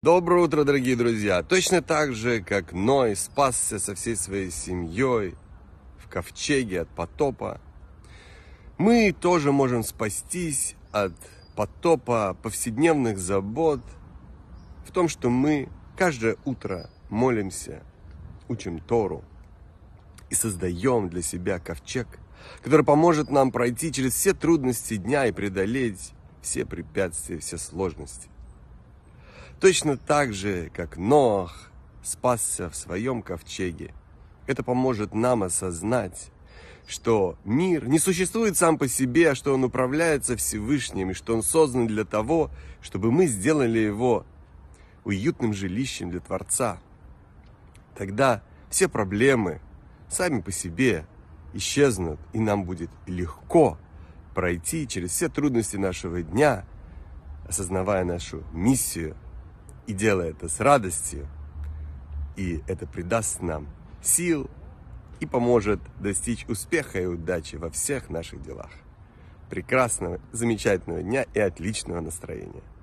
Доброе утро, дорогие друзья! Точно так же, как Ной спасся со всей своей семьей в ковчеге от потопа, мы тоже можем спастись от потопа повседневных забот в том, что мы каждое утро молимся, учим Тору и создаем для себя ковчег, который поможет нам пройти через все трудности дня и преодолеть все препятствия, все сложности. Точно так же, как Ноах спасся в своем ковчеге, это поможет нам осознать, что мир не существует сам по себе, а что он управляется Всевышним, и что он создан для того, чтобы мы сделали его уютным жилищем для Творца. Тогда все проблемы сами по себе исчезнут, и нам будет легко пройти через все трудности нашего дня, осознавая нашу миссию и делая это с радостью. И это придаст нам сил и поможет достичь успеха и удачи во всех наших делах. Прекрасного, замечательного дня и отличного настроения.